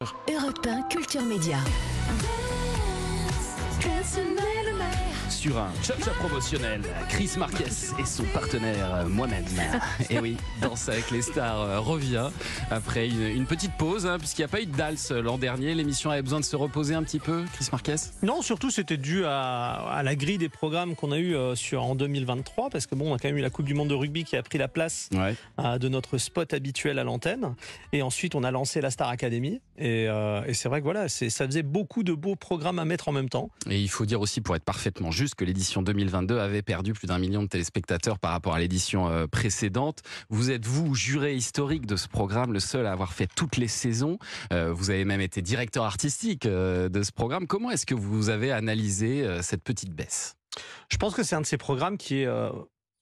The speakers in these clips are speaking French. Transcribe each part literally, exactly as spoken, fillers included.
Europe un Culture Média. Sur un cha-cha promotionnel, Chris Marquez et son partenaire moi-même. Et oui, Danse avec les stars revient après une, une petite pause, hein, puisqu'il n'y a pas eu de Dals l'an dernier. L'émission avait besoin de se reposer un petit peu, Chris Marquez. Non, surtout c'était dû à, à la grille des programmes qu'on a eu euh, sur, en deux mille vingt-trois, parce que bon, on a quand même eu la Coupe du Monde de rugby qui a pris la place Ouais. euh, de notre spot habituel à l'antenne. Et ensuite, on a lancé la Star Academy. Et, euh, et c'est vrai que voilà, c'est, ça faisait beaucoup de beaux programmes à mettre en même temps. Et il faut dire aussi, pour être parfaitement juste, que l'édition deux mille vingt-deux avait perdu plus d'un million de téléspectateurs par rapport à l'édition euh, précédente. Vous êtes, vous, juré historique de ce programme, le seul à avoir fait toutes les saisons. Euh, vous avez même été directeur artistique euh, de ce programme. Comment est-ce que vous avez analysé euh, cette petite baisse ? Je pense que c'est un de ces programmes qui est, euh,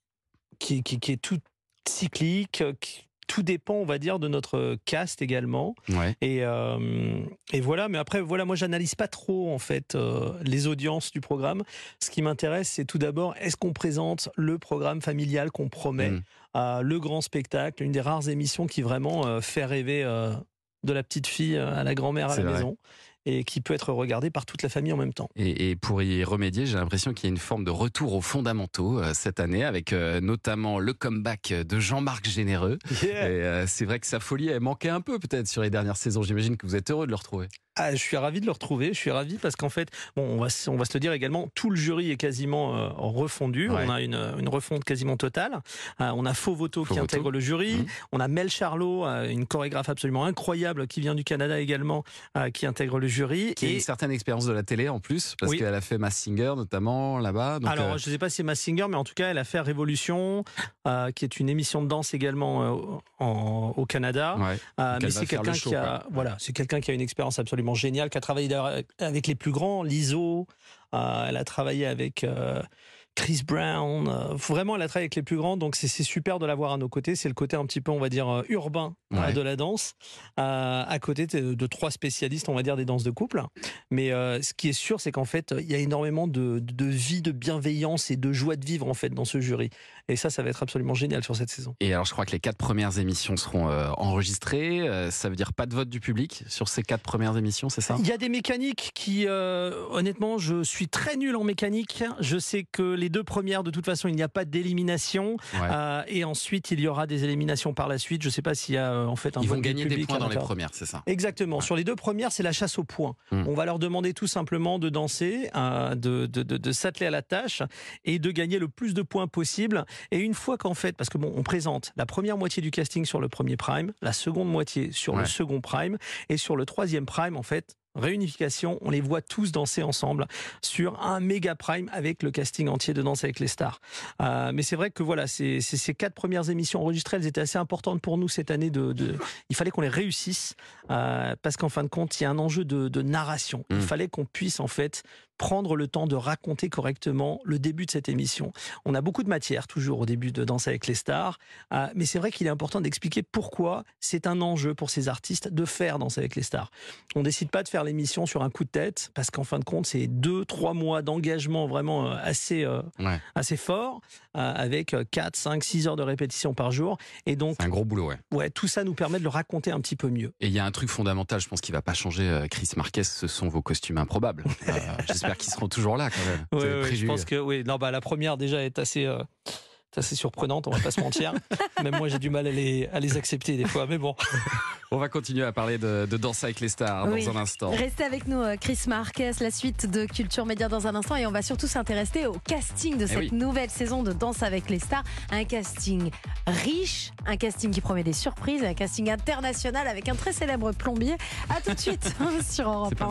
qui, qui, qui est tout cyclique, qui, tout dépend, on va dire, de notre cast également. Ouais. Et, euh, et voilà, mais après, voilà, moi, j'analyse pas trop, en fait, euh, les audiences du programme. Ce qui m'intéresse, c'est tout d'abord, est-ce qu'on présente le programme familial qu'on promet, Mmh. euh, le grand spectacle, une des rares émissions qui vraiment euh, fait rêver euh, de la petite fille à la grand-mère à C'est la vrai. maison, et qui peut être regardée par toute la famille en même temps. Et, et pour y remédier, j'ai l'impression qu'il y a une forme de retour aux fondamentaux euh, cette année, avec euh, notamment le comeback de Jean-Marc Généreux. Yeah. Et euh, c'est vrai que sa folie elle manquait un peu peut-être sur les dernières saisons. J'imagine que vous êtes heureux de le retrouver. Ah, je suis ravi de le retrouver, je suis ravi parce qu'en fait, bon, on, va, s- on va se le dire également, tout le jury est quasiment euh, refondu, Ouais. on a une, une refonte quasiment totale. Euh, on a Faux Voto Faux qui Voto. intègre le jury, Mmh. on a Mel Charlot, euh, une chorégraphe absolument incroyable qui vient du Canada également, euh, qui intègre le jury. Qui a Et une certaine expérience de la télé en plus, parce Oui. qu'elle a fait Mass Singer notamment là-bas. Donc, alors, euh, je ne sais pas si c'est Mass Singer, mais en tout cas, elle a fait Révolution, euh, qui est une émission de danse également euh, en- au Canada. ouais. Euh, Donc, mais elle c'est va faire quelqu'un le show, qui a, quoi. voilà, c'est quelqu'un qui a une expérience absolument géniale, qui a travaillé d'ailleurs avec les plus grands, Lizzo. Euh, elle a travaillé avec euh, Chris Brown. Euh, vraiment, elle a travaillé avec les plus grands. Donc, c'est, c'est super de l'avoir à nos côtés. C'est le côté un petit peu, on va dire, euh, urbain euh, Ouais. de la danse, euh, à côté de, de trois spécialistes, on va dire, des danses de couple. Mais euh, ce qui est sûr, c'est qu'en fait, il y a énormément de, de vie, de bienveillance et de joie de vivre en fait dans ce jury. Et ça, ça va être absolument génial sur cette saison. Et alors, je crois que les quatre premières émissions seront euh, enregistrées. Euh, ça veut dire pas de vote du public sur ces quatre premières émissions, c'est ça ? Il y a des mécaniques qui, euh, honnêtement, je suis très nul en mécanique. Je sais que les deux premières, de toute façon, il n'y a pas d'élimination. Ouais. Euh, et ensuite, il y aura des éliminations par la suite. Je ne sais pas s'il y a euh, en fait un Ils vote vont du gagner des public points à dans les l'intérieur. premières, c'est ça ? Exactement. Ouais. Sur les deux premières, c'est la chasse aux points. Mm. On va leur demander tout simplement de danser, euh, de, de, de, de s'atteler à la tâche et de gagner le plus de points possible. Et une fois qu'en fait, parce que bon, on présente la première moitié du casting sur le premier prime, la seconde moitié sur Ouais. le second prime, et sur le troisième prime, en fait, réunification, on les voit tous danser ensemble sur un méga prime avec le casting entier de Danse avec les stars. Euh, mais c'est vrai que voilà, c'est, c'est- ces quatre premières émissions enregistrées, elles étaient assez importantes pour nous cette année. De, de- il fallait qu'on les réussisse euh, parce qu'en fin de compte, il y a un enjeu de, de narration. Il Mm. fallait qu'on puisse en fait prendre le temps de raconter correctement le début de cette émission. On a beaucoup de matière toujours au début de Danse avec les stars, euh, mais c'est vrai qu'il est important d'expliquer pourquoi c'est un enjeu pour ces artistes de faire Danse avec les stars. On décide pas de faire l'émission sur un coup de tête parce qu'en fin de compte, c'est deux, trois mois d'engagement vraiment euh, assez, euh, Ouais. assez fort, euh, avec quatre, cinq, six heures de répétition par jour. Et donc, C'est un gros boulot, ouais. ouais, tout ça nous permet de le raconter un petit peu mieux. Et il y a un truc fondamental, je pense qu'il va pas changer, euh, Chris Marquez, ce sont vos costumes improbables. Euh, J'espère qu'ils seront toujours là quand même. Ouais, C'est ouais, je prévu. pense que oui. Non, bah, la première déjà est assez, euh, est assez surprenante, on va pas se mentir. Même moi, j'ai du mal à les, à les accepter des fois, mais bon. On va continuer à parler de, de Danse avec les stars Oui. dans un instant. Restez avec nous, euh, Chris Marquez, la suite de Culture Média dans un instant. Et on va surtout s'intéresser au casting de cette oui. nouvelle saison de Danse avec les stars. Un casting riche, un casting qui promet des surprises, un casting international avec un très célèbre plombier. À tout de suite sur Europe un.